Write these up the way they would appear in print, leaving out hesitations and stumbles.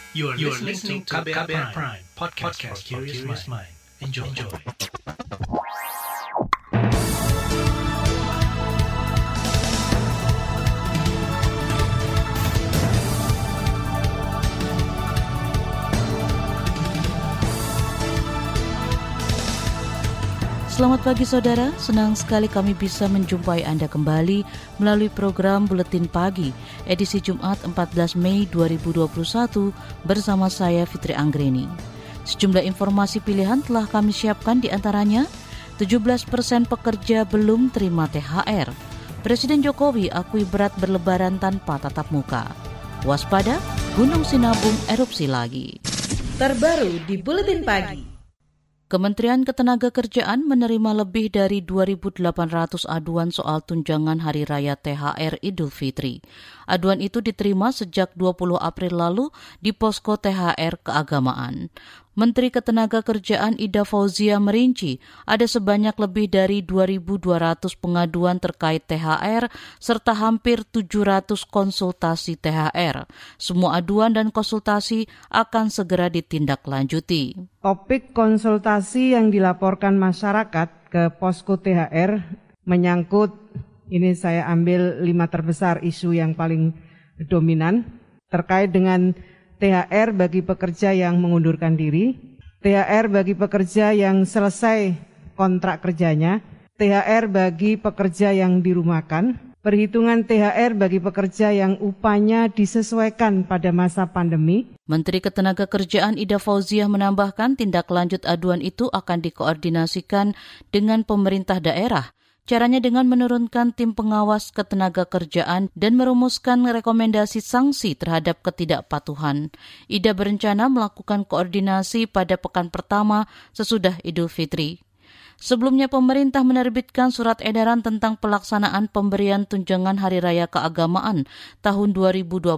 You are listening to KBR Prime, podcast for curious mind. Enjoy. Selamat pagi saudara, senang sekali kami bisa menjumpai Anda kembali melalui program Buletin Pagi, edisi Jumat 14 Mei 2021 bersama saya Fitri Anggreni. Sejumlah informasi pilihan telah kami siapkan, di antaranya 17% pekerja belum terima THR. Presiden Jokowi akui berat berlebaran tanpa tatap muka. Waspada, Gunung Sinabung erupsi lagi. Terbaru di Buletin Pagi. Kementerian Ketenagakerjaan menerima lebih dari 2.800 aduan soal tunjangan Hari Raya THR Idul Fitri. Aduan itu diterima sejak 20 April lalu di Posko THR Keagamaan. Menteri Ketenagakerjaan Ida Fauzia merinci ada sebanyak lebih dari 2.200 pengaduan terkait THR serta hampir 700 konsultasi THR. Semua aduan dan konsultasi akan segera ditindaklanjuti. Topik konsultasi yang dilaporkan masyarakat ke Posko THR menyangkut, ini saya ambil 5 terbesar isu yang paling dominan, terkait dengan THR bagi pekerja yang mengundurkan diri, THR bagi pekerja yang selesai kontrak kerjanya, THR bagi pekerja yang dirumahkan, perhitungan THR bagi pekerja yang upahnya disesuaikan pada masa pandemi. Menteri Ketenagakerjaan Ida Fauzia menambahkan tindak lanjut aduan itu akan dikoordinasikan dengan pemerintah daerah. Caranya dengan menurunkan tim pengawas ketenagakerjaan dan merumuskan rekomendasi sanksi terhadap ketidakpatuhan. Ida berencana melakukan koordinasi pada pekan pertama sesudah Idul Fitri. Sebelumnya pemerintah menerbitkan surat edaran tentang pelaksanaan pemberian tunjangan Hari Raya Keagamaan tahun 2021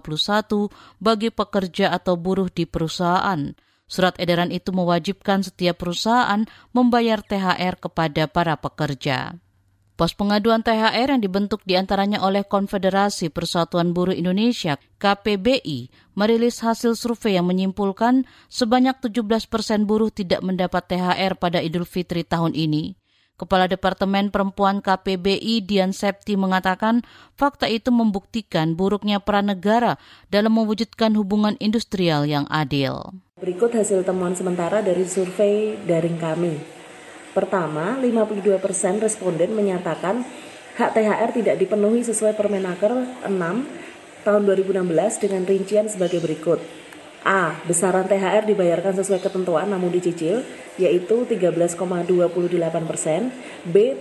bagi pekerja atau buruh di perusahaan. Surat edaran itu mewajibkan setiap perusahaan membayar THR kepada para pekerja. Pos pengaduan THR yang dibentuk diantaranya oleh Konfederasi Persatuan Buruh Indonesia (KPBI) merilis hasil survei yang menyimpulkan sebanyak 17% buruh tidak mendapat THR pada Idul Fitri tahun ini. Kepala Departemen Perempuan KPBI Dian Septi mengatakan fakta itu membuktikan buruknya peran negara dalam mewujudkan hubungan industrial yang adil. Berikut hasil temuan sementara dari survei daring kami. Pertama, 52% responden menyatakan hak THR tidak dipenuhi sesuai Permenaker 6 tahun 2016 dengan rincian sebagai berikut. A. Besaran THR dibayarkan sesuai ketentuan namun dicicil, yaitu 13,28%. B.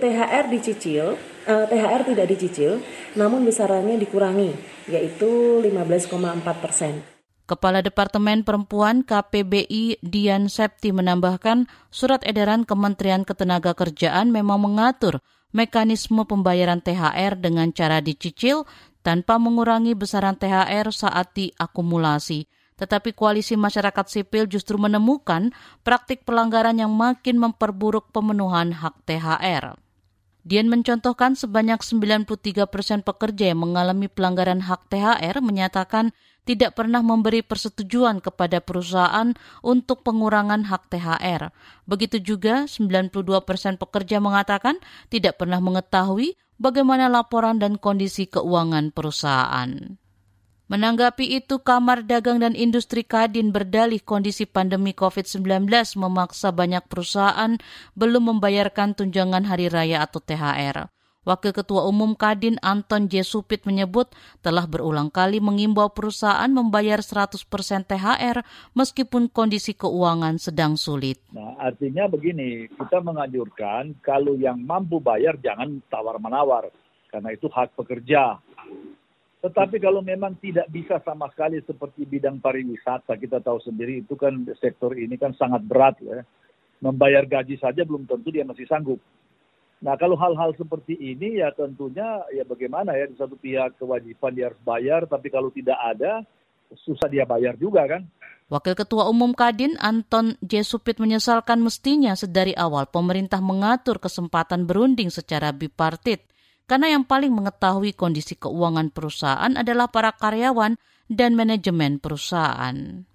THR tidak dicicil, namun besarannya dikurangi, yaitu 15,4%. Kepala Departemen Perempuan KPBI Dian Septi menambahkan surat edaran Kementerian Ketenagakerjaan memang mengatur mekanisme pembayaran THR dengan cara dicicil tanpa mengurangi besaran THR saat diakumulasi. Tetapi koalisi masyarakat sipil justru menemukan praktik pelanggaran yang makin memperburuk pemenuhan hak THR. Dian mencontohkan sebanyak 93% pekerja yang mengalami pelanggaran hak THR menyatakan tidak pernah memberi persetujuan kepada perusahaan untuk pengurangan hak THR. Begitu juga 92% pekerja mengatakan tidak pernah mengetahui bagaimana laporan dan kondisi keuangan perusahaan. Menanggapi itu, Kamar Dagang dan Industri Kadin berdalih kondisi pandemi COVID-19 memaksa banyak perusahaan belum membayarkan tunjangan hari raya atau THR. Wakil Ketua Umum Kadin Anton J. Supit menyebut telah berulang kali mengimbau perusahaan membayar 100% THR meskipun kondisi keuangan sedang sulit. Nah, artinya begini, kita menganjurkan kalau yang mampu bayar jangan tawar-menawar, karena itu hak pekerja. Tetapi kalau memang tidak bisa sama sekali seperti bidang pariwisata, kita tahu sendiri itu kan sektor ini kan sangat berat ya. Membayar gaji saja belum tentu dia masih sanggup. Nah, kalau hal-hal seperti ini ya tentunya ya bagaimana ya, di satu pihak kewajiban dia harus bayar, tapi kalau tidak ada susah dia bayar juga kan. Wakil Ketua Umum Kadin Anton J. Supit menyesalkan mestinya sedari awal pemerintah mengatur kesempatan berunding secara bipartit, karena yang paling mengetahui kondisi keuangan perusahaan adalah para karyawan dan manajemen perusahaan.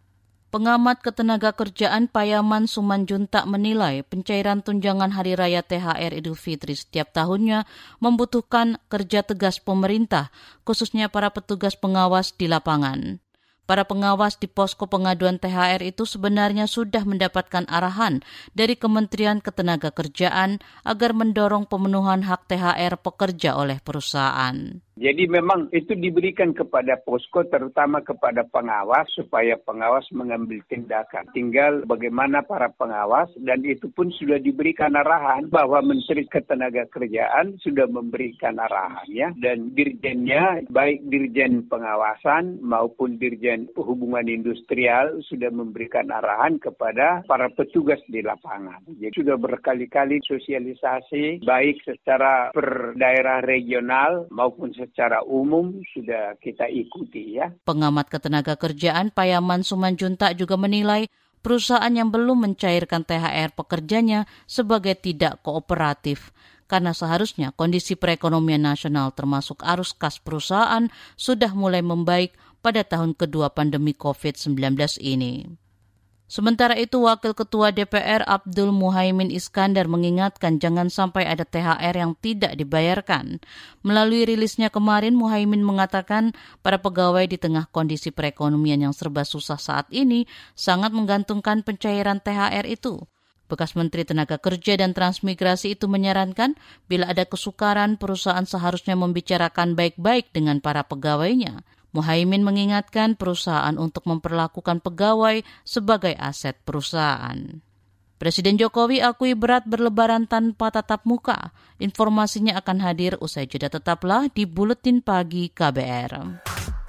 Pengamat Ketenagakerjaan Payaman Sumanjuntak menilai pencairan tunjangan Hari Raya THR Idul Fitri setiap tahunnya membutuhkan kerja tegas pemerintah, khususnya para petugas pengawas di lapangan. Para pengawas di posko pengaduan THR itu sebenarnya sudah mendapatkan arahan dari Kementerian Ketenagakerjaan agar mendorong pemenuhan hak THR pekerja oleh perusahaan. Jadi memang itu diberikan kepada posko, terutama kepada pengawas, supaya pengawas mengambil tindakan. Tinggal bagaimana para pengawas, dan itu pun sudah diberikan arahan bahwa Menteri Ketenagakerjaan sudah memberikan arahan, ya. Dan dirjennya, baik dirjen pengawasan maupun dirjen hubungan industrial sudah memberikan arahan kepada para petugas di lapangan. Jadi sudah berkali-kali sosialisasi, baik secara per daerah regional maupun secara umum sudah kita ikuti, ya. Pengamat Ketenagakerjaan Payaman Sumanjuntak juga menilai perusahaan yang belum mencairkan THR pekerjanya sebagai tidak kooperatif, karena seharusnya kondisi perekonomian nasional termasuk arus kas perusahaan sudah mulai membaik pada tahun kedua pandemi COVID-19 ini. Sementara itu, Wakil Ketua DPR Abdul Muhaimin Iskandar mengingatkan jangan sampai ada THR yang tidak dibayarkan. Melalui rilisnya kemarin, Muhaimin mengatakan para pegawai di tengah kondisi perekonomian yang serba susah saat ini sangat menggantungkan pencairan THR itu. Bekas Menteri Tenaga Kerja dan Transmigrasi itu menyarankan bila ada kesukaran, perusahaan seharusnya membicarakan baik-baik dengan para pegawainya. Muhaimin mengingatkan perusahaan untuk memperlakukan pegawai sebagai aset perusahaan. Presiden Jokowi akui berat berlebaran tanpa tatap muka. Informasinya akan hadir usai jeda, tetaplah di Buletin Pagi KBR.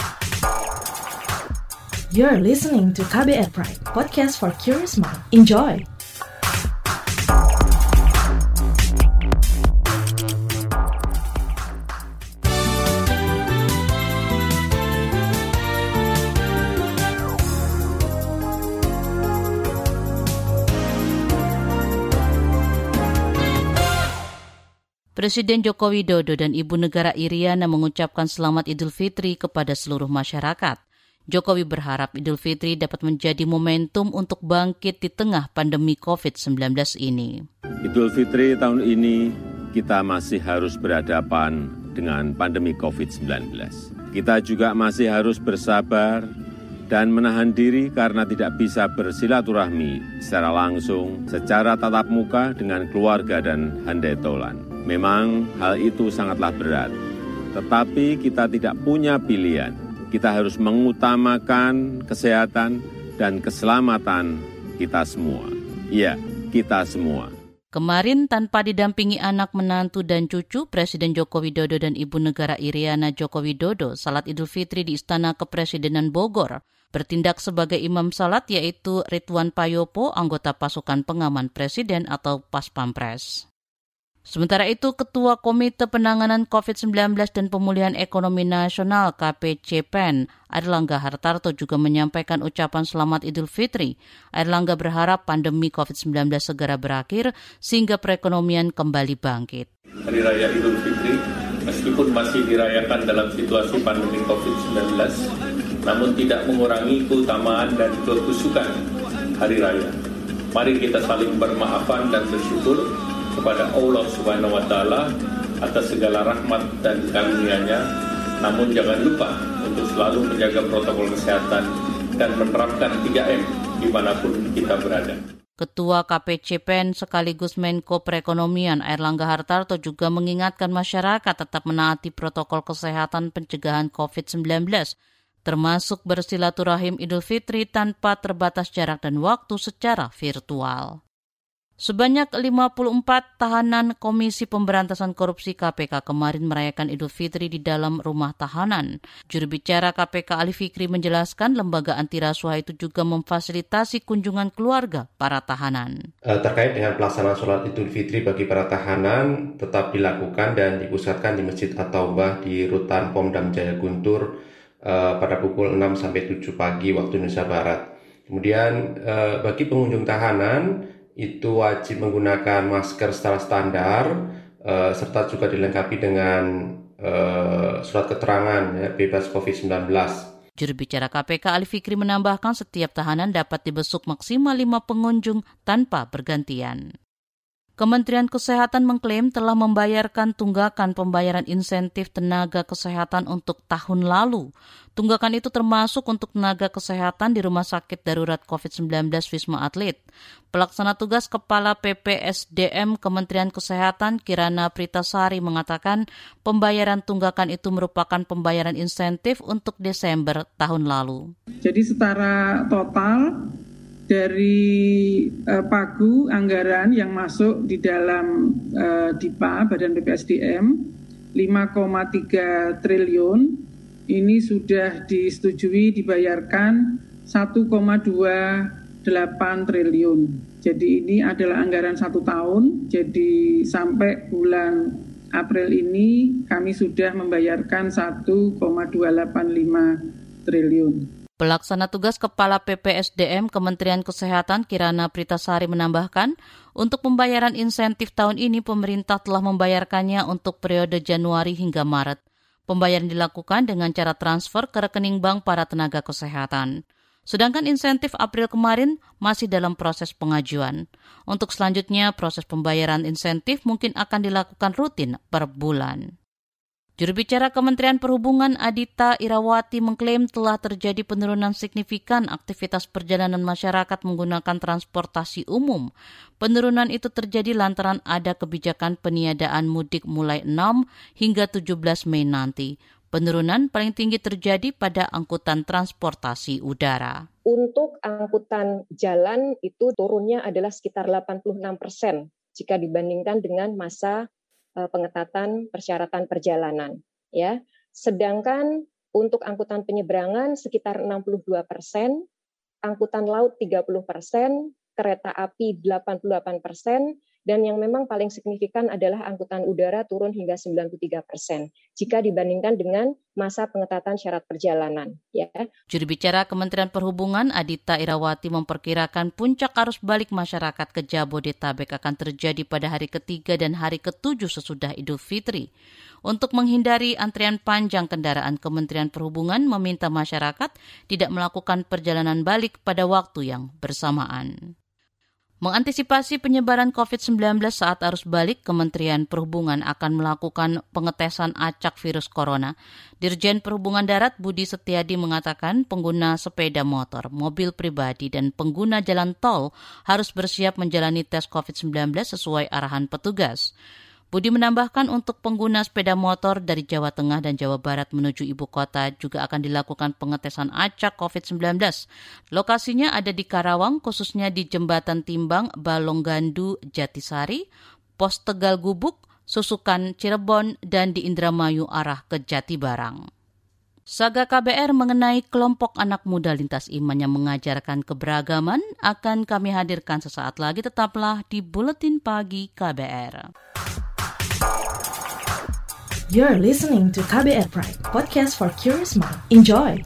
You're listening to KBR Pride, podcast for curious mind. Enjoy! Presiden Joko Widodo dan Ibu Negara Iriana mengucapkan selamat Idul Fitri kepada seluruh masyarakat. Jokowi berharap Idul Fitri dapat menjadi momentum untuk bangkit di tengah pandemi COVID-19 ini. Idul Fitri tahun ini kita masih harus berhadapan dengan pandemi COVID-19. Kita juga masih harus bersabar dan menahan diri karena tidak bisa bersilaturahmi secara langsung, secara tatap muka dengan keluarga dan handai tolan. Memang hal itu sangatlah berat, tetapi kita tidak punya pilihan. Kita harus mengutamakan kesehatan dan keselamatan kita semua. Iya, kita semua. Kemarin tanpa didampingi anak, menantu, dan cucu, Presiden Joko Widodo dan Ibu Negara Iriana Joko Widodo salat Idul Fitri di Istana Kepresidenan Bogor. Bertindak sebagai imam salat yaitu Ridwan Payopo, anggota pasukan pengaman Presiden atau Paspampres. Sementara itu, Ketua Komite Penanganan COVID-19 dan Pemulihan Ekonomi Nasional KPCPEN, Airlangga Hartarto juga menyampaikan ucapan selamat Idul Fitri. Airlangga berharap pandemi COVID-19 segera berakhir sehingga perekonomian kembali bangkit. Hari Raya Idul Fitri, meskipun masih dirayakan dalam situasi pandemi COVID-19, namun tidak mengurangi keutamaan dan kekhusyukan Hari Raya. Mari kita saling bermaafan dan bersyukur kepada Allah Subhanahu wa Ta'ala atas segala rahmat dan karunia-Nya. Namun jangan lupa untuk selalu menjaga protokol kesehatan dan menerapkan 3M dimanapun kita berada. Ketua KPCPEN sekaligus Menko Perekonomian Airlangga Hartarto juga mengingatkan masyarakat tetap menaati protokol kesehatan pencegahan COVID-19, termasuk bersilaturahim Idul Fitri tanpa terbatas jarak dan waktu secara virtual. Sebanyak 54 tahanan Komisi Pemberantasan Korupsi KPK kemarin merayakan Idul Fitri di dalam rumah tahanan. Juru bicara KPK Ali Fikri menjelaskan lembaga anti rasuah itu juga memfasilitasi kunjungan keluarga para tahanan. Terkait dengan pelaksanaan sholat Idul Fitri bagi para tahanan tetap dilakukan dan dipusatkan di Masjid At-Taubah di Rutan Pomdam Jaya Guntur pada pukul 6 sampai 7 pagi waktu Indonesia Barat. Kemudian bagi pengunjung tahanan itu wajib menggunakan masker secara standar, serta juga dilengkapi dengan surat keterangan bebas COVID-19. Juru bicara KPK Ali Fikri menambahkan setiap tahanan dapat dibesuk maksimal 5 pengunjung tanpa bergantian. Kementerian Kesehatan mengklaim telah membayarkan tunggakan pembayaran insentif tenaga kesehatan untuk tahun lalu. Tunggakan itu termasuk untuk tenaga kesehatan di Rumah Sakit Darurat COVID-19 Wisma Atlet. Pelaksana tugas Kepala PPSDM Kementerian Kesehatan Kirana Pritasari mengatakan pembayaran tunggakan itu merupakan pembayaran insentif untuk Desember tahun lalu. Jadi secara total dari pagu anggaran yang masuk di dalam DIPA, Badan PPSDM, 5,3 triliun, ini sudah disetujui dibayarkan 1,28 triliun. Jadi ini adalah anggaran 1 tahun, jadi sampai bulan April ini kami sudah membayarkan 1,285 triliun. Pelaksana tugas Kepala PPSDM Kementerian Kesehatan Kirana Pritasari menambahkan, untuk pembayaran insentif tahun ini pemerintah telah membayarkannya untuk periode Januari hingga Maret. Pembayaran dilakukan dengan cara transfer ke rekening bank para tenaga kesehatan. Sedangkan insentif April kemarin masih dalam proses pengajuan. Untuk selanjutnya, proses pembayaran insentif mungkin akan dilakukan rutin per bulan. Juru bicara Kementerian Perhubungan Adita Irawati mengklaim telah terjadi penurunan signifikan aktivitas perjalanan masyarakat menggunakan transportasi umum. Penurunan itu terjadi lantaran ada kebijakan peniadaan mudik mulai 6 hingga 17 Mei nanti. Penurunan paling tinggi terjadi pada angkutan transportasi udara. Untuk angkutan jalan itu turunnya adalah sekitar 86% jika dibandingkan dengan masa pengetatan persyaratan perjalanan, ya. Sedangkan untuk angkutan penyeberangan sekitar 62%, angkutan laut 30%, kereta api 88%, dan yang memang paling signifikan adalah angkutan udara turun hingga 93% jika dibandingkan dengan masa pengetatan syarat perjalanan. Ya. Juru bicara Kementerian Perhubungan Adita Irawati memperkirakan puncak arus balik masyarakat ke Jabodetabek akan terjadi pada hari ketiga dan hari ke-7 sesudah Idul Fitri. Untuk menghindari antrian panjang kendaraan, Kementerian Perhubungan meminta masyarakat tidak melakukan perjalanan balik pada waktu yang bersamaan. Mengantisipasi penyebaran COVID-19 saat arus balik, Kementerian Perhubungan akan melakukan pengetesan acak virus corona. Dirjen Perhubungan Darat Budi Setiadi mengatakan pengguna sepeda motor, mobil pribadi, dan pengguna jalan tol harus bersiap menjalani tes COVID-19 sesuai arahan petugas. Budi menambahkan untuk pengguna sepeda motor dari Jawa Tengah dan Jawa Barat menuju ibu kota juga akan dilakukan pengetesan acak COVID-19. Lokasinya ada di Karawang, khususnya di Jembatan Timbang, Balonggandu, Jatisari, Pos Tegal Gubuk, Susukan, Cirebon, dan di Indramayu arah ke Jatibarang. Saga KBR mengenai kelompok anak muda lintas iman yang mengajarkan keberagaman akan kami hadirkan sesaat lagi. Tetaplah di Buletin Pagi KBR. You're listening to KBR Pride, podcast for curious mind. Enjoy!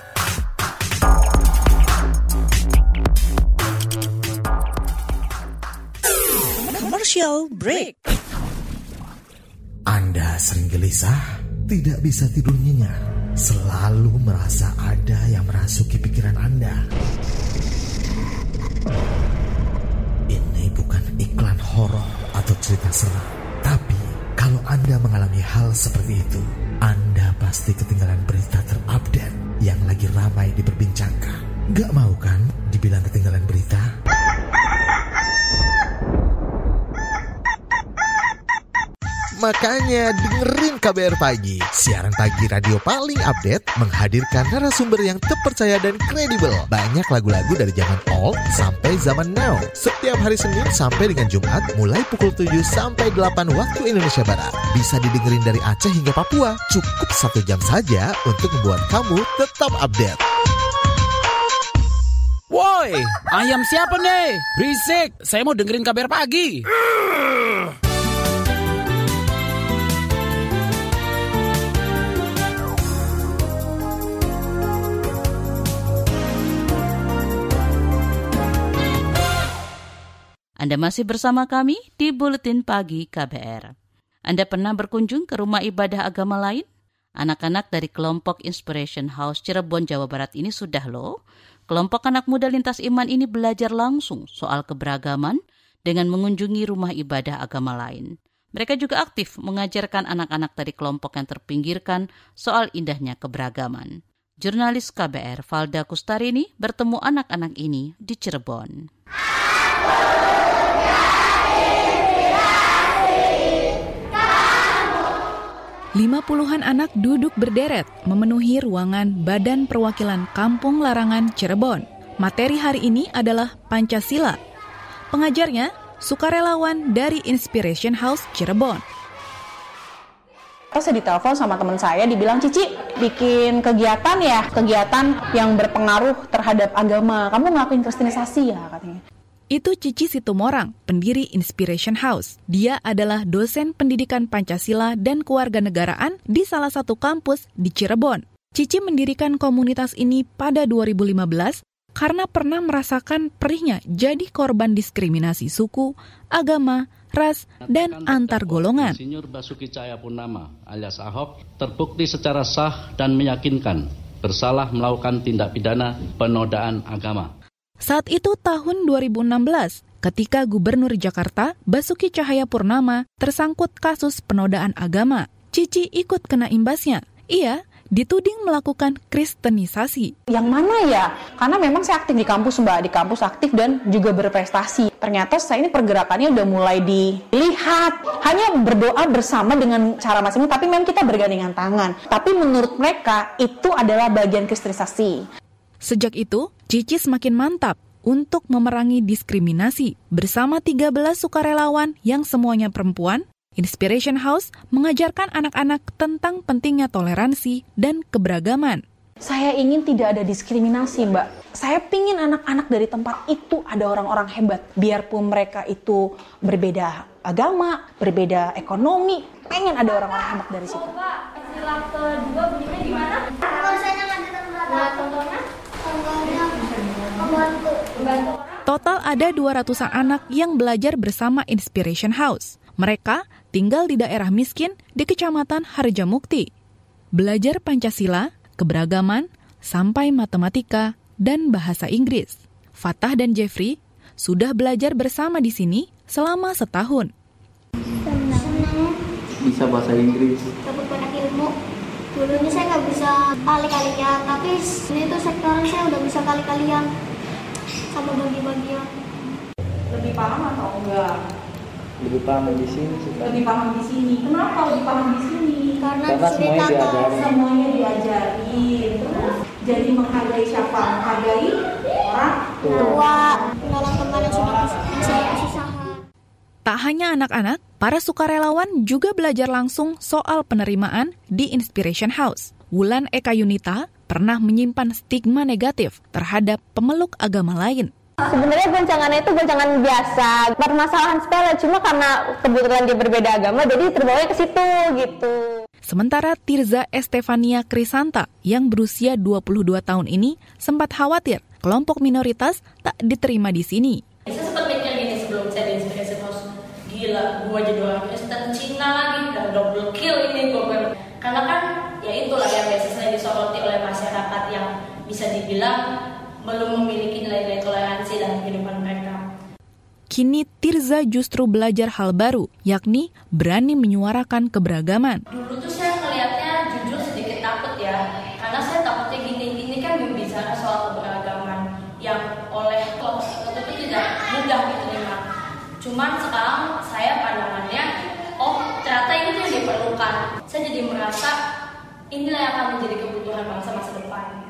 Commercial break. Anda sering gelisah, tidak bisa tidur nyenyak, selalu merasa ada yang merasuki pikiran Anda. Ini bukan iklan horor atau cerita seram, tapi kalau Anda mengalami hal seperti itu, Anda pasti ketinggalan berita terupdate yang lagi ramai diperbincangkan. Gak mau kan dibilang ketinggalan berita? Makanya dengerin KBR Pagi, siaran pagi radio paling update, menghadirkan narasumber yang terpercaya dan kredibel. Banyak lagu-lagu dari zaman old sampai zaman now. Setiap hari Senin sampai dengan Jumat, mulai pukul 7 sampai 8 waktu Indonesia Barat. Bisa didengerin dari Aceh hingga Papua. Cukup 1 jam saja untuk membuat kamu tetap update. Woi, ayam siapa nih? Berisik, saya mau dengerin KBR Pagi. Anda masih bersama kami di Buletin Pagi KBR. Anda pernah berkunjung ke rumah ibadah agama lain? Anak-anak dari kelompok Inspiration House Cirebon, Jawa Barat ini sudah loh. Kelompok anak muda lintas iman ini belajar langsung soal keberagaman dengan mengunjungi rumah ibadah agama lain. Mereka juga aktif mengajarkan anak-anak dari kelompok yang terpinggirkan soal indahnya keberagaman. Jurnalis KBR Valda Kustarini bertemu anak-anak ini di Cirebon. 50-an anak duduk berderet memenuhi ruangan Badan Perwakilan Kampung Larangan Cirebon. Materi hari ini adalah Pancasila. Pengajarnya sukarelawan dari Inspiration House Cirebon. Saya ditelepon sama teman saya, dibilang, Cici, bikin kegiatan yang berpengaruh terhadap agama. Kamu ngelakuin kristenisasi ya, katanya. Itu Cici Situmorang, pendiri Inspiration House. Dia adalah dosen pendidikan Pancasila dan kewarganegaraan di salah satu kampus di Cirebon. Cici mendirikan komunitas ini pada 2015 karena pernah merasakan perihnya jadi korban diskriminasi suku, agama, ras, dan antar golongan. Insinyur Basuki Cahayapurnama alias Ahok terbukti secara sah dan meyakinkan bersalah melakukan tindak pidana penodaan agama. Saat itu tahun 2016, ketika Gubernur Jakarta Basuki Cahayapurnama tersangkut kasus penodaan agama, Cici ikut kena imbasnya. Ia dituding melakukan kristenisasi. Yang mana ya? Karena memang saya aktif di kampus, Mbak. Di kampus aktif dan juga berprestasi. Ternyata saya ini pergerakannya udah mulai dilihat. Hanya berdoa bersama dengan cara masing-masing, tapi memang kita bergandengan tangan. Tapi menurut mereka, itu adalah bagian kristenisasi. Sejak itu, Cici semakin mantap untuk memerangi diskriminasi. Bersama 13 sukarelawan yang semuanya perempuan, Inspiration House mengajarkan anak-anak tentang pentingnya toleransi dan keberagaman. Saya ingin tidak ada diskriminasi, Mbak. Saya pingin anak-anak dari tempat itu ada orang-orang hebat. Biarpun mereka itu berbeda agama, berbeda ekonomi, pengen ada orang-orang hebat dari situ. Sila kedua bunyinya gimana? Kalau saya nggak ada contohnya? Total ada 200-an anak yang belajar bersama Inspiration House. Mereka tinggal di daerah miskin di Kecamatan Harjamukti. Belajar Pancasila, keberagaman, sampai matematika dan bahasa Inggris. Fatah dan Jeffrey sudah belajar bersama di sini selama setahun. Bisa bahasa Inggris. Dapat banyak ilmu. Dulunya saya nggak bisa kali-kalian, tapi ini tuh sektoran saya udah bisa kali-kalian sama bagi-bagian. Lebih paham atau enggak? Lebih paham di sini sih. Lebih paham di sini. Kenapa lebih paham di sini? Karena semuanya diajarin. Semuanya diajarin. Terus jadi menghargai siapa? Menghargai orang tua, menolong teman yang sudah kesusahan. Tak hanya anak-anak, para sukarelawan juga belajar langsung soal penerimaan di Inspiration House. Wulan Eka Yunita pernah menyimpan stigma negatif terhadap pemeluk agama lain. Sebenarnya goncangannya itu goncangan biasa, permasalahan sepele, cuma karena kebetulan dia berbeda agama, jadi terbawanya ke situ gitu. Sementara Tirza Estefania Krisanta yang berusia 22 tahun ini sempat khawatir kelompok minoritas tak diterima di sini. Saya sempat mikir gini sebelum saya di Inspiration House, gila, gue jadi orang Kristen Cina lagi, dan double kill ini gue. Karena kan ya itulah yang biasanya disoroti oleh masyarakat yang bisa dibilang belum memiliki nilai-nilai toleransi dalam kehidupan mereka. Kini Tirza justru belajar hal baru, yakni berani menyuarakan keberagaman. Dulu tuh saya ngelihatnya jujur sedikit takut ya, karena saya takutnya gini kan berbicara soal keberagaman yang oleh kelompok tertentu itu tidak mudah diterima. Cuman sekarang saya pandangannya, oh ternyata ini tuh yang diperlukan. Saya jadi merasa inilah yang akan menjadi kebutuhan bangsa masa depan.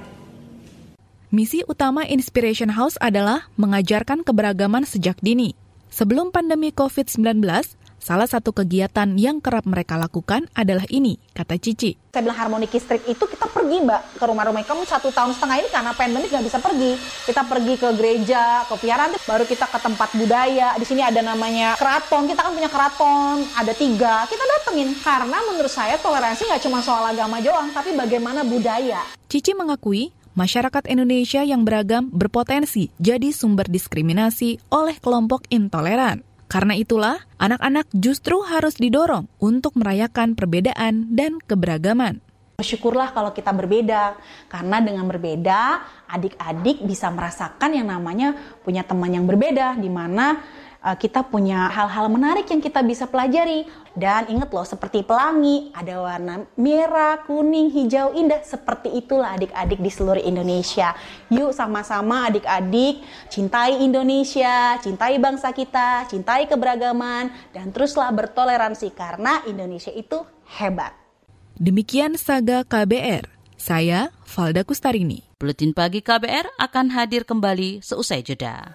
Misi utama Inspiration House adalah mengajarkan keberagaman sejak dini. Sebelum pandemi COVID-19, salah satu kegiatan yang kerap mereka lakukan adalah ini, kata Cici. Saya bilang Harmoni Street itu kita pergi, Mbak, ke rumah-rumah. Kamu 1 tahun setengah ini karena pandemi nggak bisa pergi. Kita pergi ke gereja, ke piaran, baru kita ke tempat budaya. Di sini ada namanya keraton. Kita kan punya keraton, ada 3. Kita datengin. Karena menurut saya toleransi nggak cuma soal agama doang, tapi bagaimana budaya. Cici mengakui masyarakat Indonesia yang beragam berpotensi jadi sumber diskriminasi oleh kelompok intoleran. Karena itulah, anak-anak justru harus didorong untuk merayakan perbedaan dan keberagaman. Bersyukurlah kalau kita berbeda, karena dengan berbeda, adik-adik bisa merasakan yang namanya punya teman yang berbeda, di mana kita punya hal-hal menarik yang kita bisa pelajari. Dan ingat loh, seperti pelangi, ada warna merah, kuning, hijau, indah. Seperti itulah adik-adik di seluruh Indonesia. Yuk sama-sama adik-adik, cintai Indonesia, cintai bangsa kita, cintai keberagaman, dan teruslah bertoleransi karena Indonesia itu hebat. Demikian Saga KBR. Saya Valda Kustarini. Buletin Pagi KBR akan hadir kembali seusai jeda.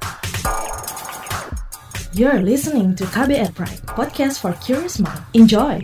You're listening to KBR Pride, podcast for curious mind. Enjoy!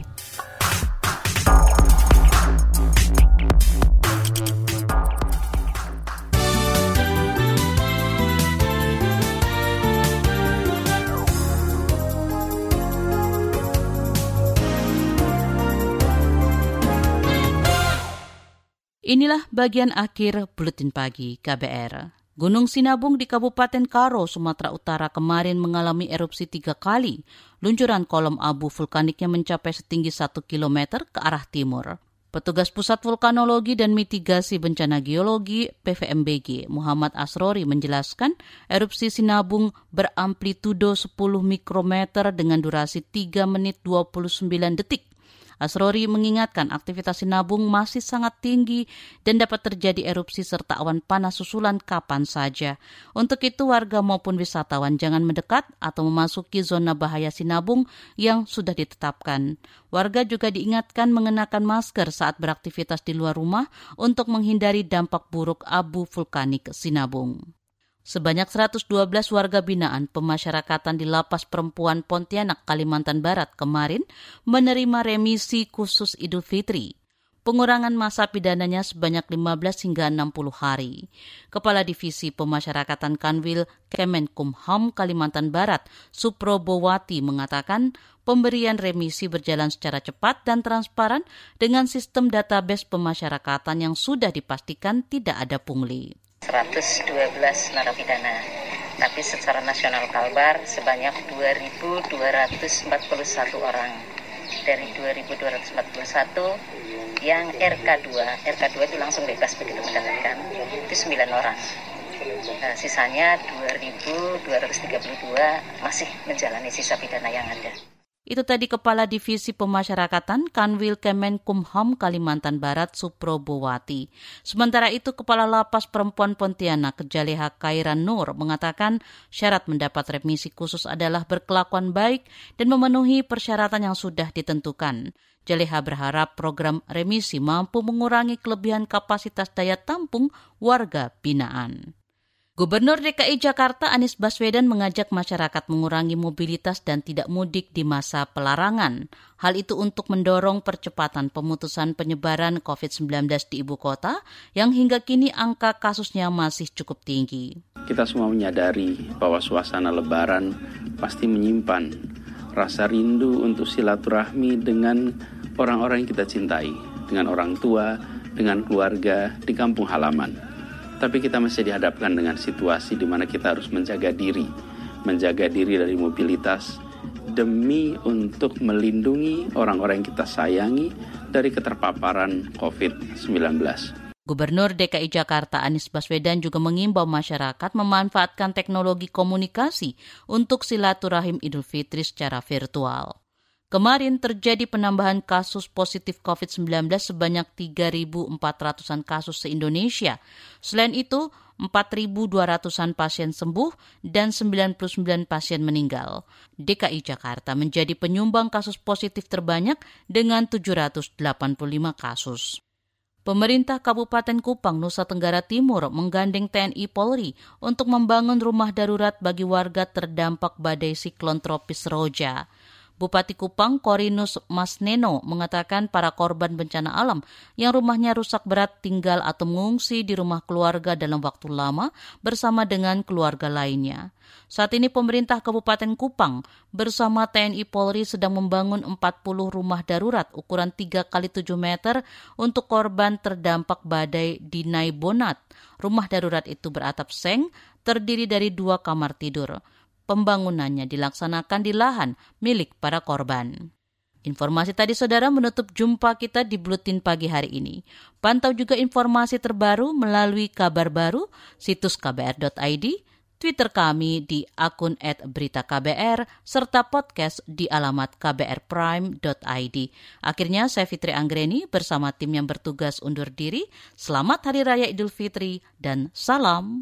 Inilah bagian akhir Buletin Pagi KBR. Gunung Sinabung di Kabupaten Karo, Sumatera Utara kemarin mengalami erupsi 3 kali. Luncuran kolom abu vulkaniknya mencapai setinggi 1 km ke arah timur. Petugas Pusat Vulkanologi dan Mitigasi Bencana Geologi PVMBG Muhammad Asrori menjelaskan erupsi Sinabung beramplitudo 10 mikrometer dengan durasi 3 menit 29 detik. Asrori mengingatkan aktivitas Sinabung masih sangat tinggi dan dapat terjadi erupsi serta awan panas susulan kapan saja. Untuk itu warga maupun wisatawan jangan mendekat atau memasuki zona bahaya Sinabung yang sudah ditetapkan. Warga juga diingatkan mengenakan masker saat beraktivitas di luar rumah untuk menghindari dampak buruk abu vulkanik Sinabung. Sebanyak 112 warga binaan pemasyarakatan di Lapas Perempuan Pontianak, Kalimantan Barat kemarin menerima remisi khusus Idul Fitri. Pengurangan masa pidananya sebanyak 15 hingga 60 hari. Kepala Divisi Pemasyarakatan Kanwil Kemenkumham Kalimantan Barat, Suprobowati mengatakan pemberian remisi berjalan secara cepat dan transparan dengan sistem database pemasyarakatan yang sudah dipastikan tidak ada pungli. 112 narapidana, tapi secara nasional Kalbar sebanyak 2.241 orang. Dari 2.241 yang RK2 itu langsung bebas begitu mendapatkan, itu 9 orang. Sisanya 2.232 masih menjalani sisa pidana yang ada. Itu tadi Kepala Divisi Pemasyarakatan Kanwil Kemenkumham Kalimantan Barat Suprobowati. Sementara itu Kepala Lapas Perempuan Pontianak Jaleha Khairan Nur mengatakan syarat mendapat remisi khusus adalah berkelakuan baik dan memenuhi persyaratan yang sudah ditentukan. Jaleha berharap program remisi mampu mengurangi kelebihan kapasitas daya tampung warga binaan. Gubernur DKI Jakarta Anies Baswedan mengajak masyarakat mengurangi mobilitas dan tidak mudik di masa pelarangan. Hal itu untuk mendorong percepatan pemutusan penyebaran COVID-19 di ibu kota yang hingga kini angka kasusnya masih cukup tinggi. Kita semua menyadari bahwa suasana Lebaran pasti menyimpan rasa rindu untuk silaturahmi dengan orang-orang yang kita cintai, dengan orang tua, dengan keluarga di kampung halaman. Tapi kita masih dihadapkan dengan situasi di mana kita harus menjaga diri dari mobilitas demi untuk melindungi orang-orang yang kita sayangi dari keterpaparan COVID-19. Gubernur DKI Jakarta Anies Baswedan juga mengimbau masyarakat memanfaatkan teknologi komunikasi untuk silaturahim Idul Fitri secara virtual. Kemarin terjadi penambahan kasus positif COVID-19 sebanyak 3.400-an kasus se-Indonesia. Selain itu, 4.200-an pasien sembuh dan 99 pasien meninggal. DKI Jakarta menjadi penyumbang kasus positif terbanyak dengan 785 kasus. Pemerintah Kabupaten Kupang, Nusa Tenggara Timur menggandeng TNI Polri untuk membangun rumah darurat bagi warga terdampak badai siklon tropis Roja. Bupati Kupang Korinus Masneno mengatakan para korban bencana alam yang rumahnya rusak berat tinggal atau mengungsi di rumah keluarga dalam waktu lama bersama dengan keluarga lainnya. Saat ini pemerintah Kabupaten Kupang bersama TNI Polri sedang membangun 40 rumah darurat ukuran 3x7 meter untuk korban terdampak badai di Naibonat. Rumah darurat itu beratap seng, terdiri dari 2 kamar tidur. Pembangunannya dilaksanakan di lahan milik para korban. Informasi tadi saudara menutup jumpa kita di Buletin Pagi hari ini. Pantau juga informasi terbaru melalui kabar baru, situs kbr.id, Twitter kami di akun @beritaKBR, serta podcast di alamat kbrprime.id. Akhirnya saya Fitri Anggreni bersama tim yang bertugas undur diri. Selamat Hari Raya Idul Fitri dan salam.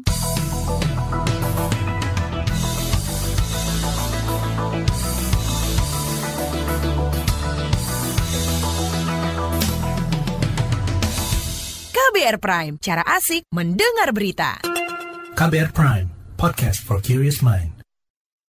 KBR Prime, cara asik mendengar berita. KBR Prime, podcast for curious mind.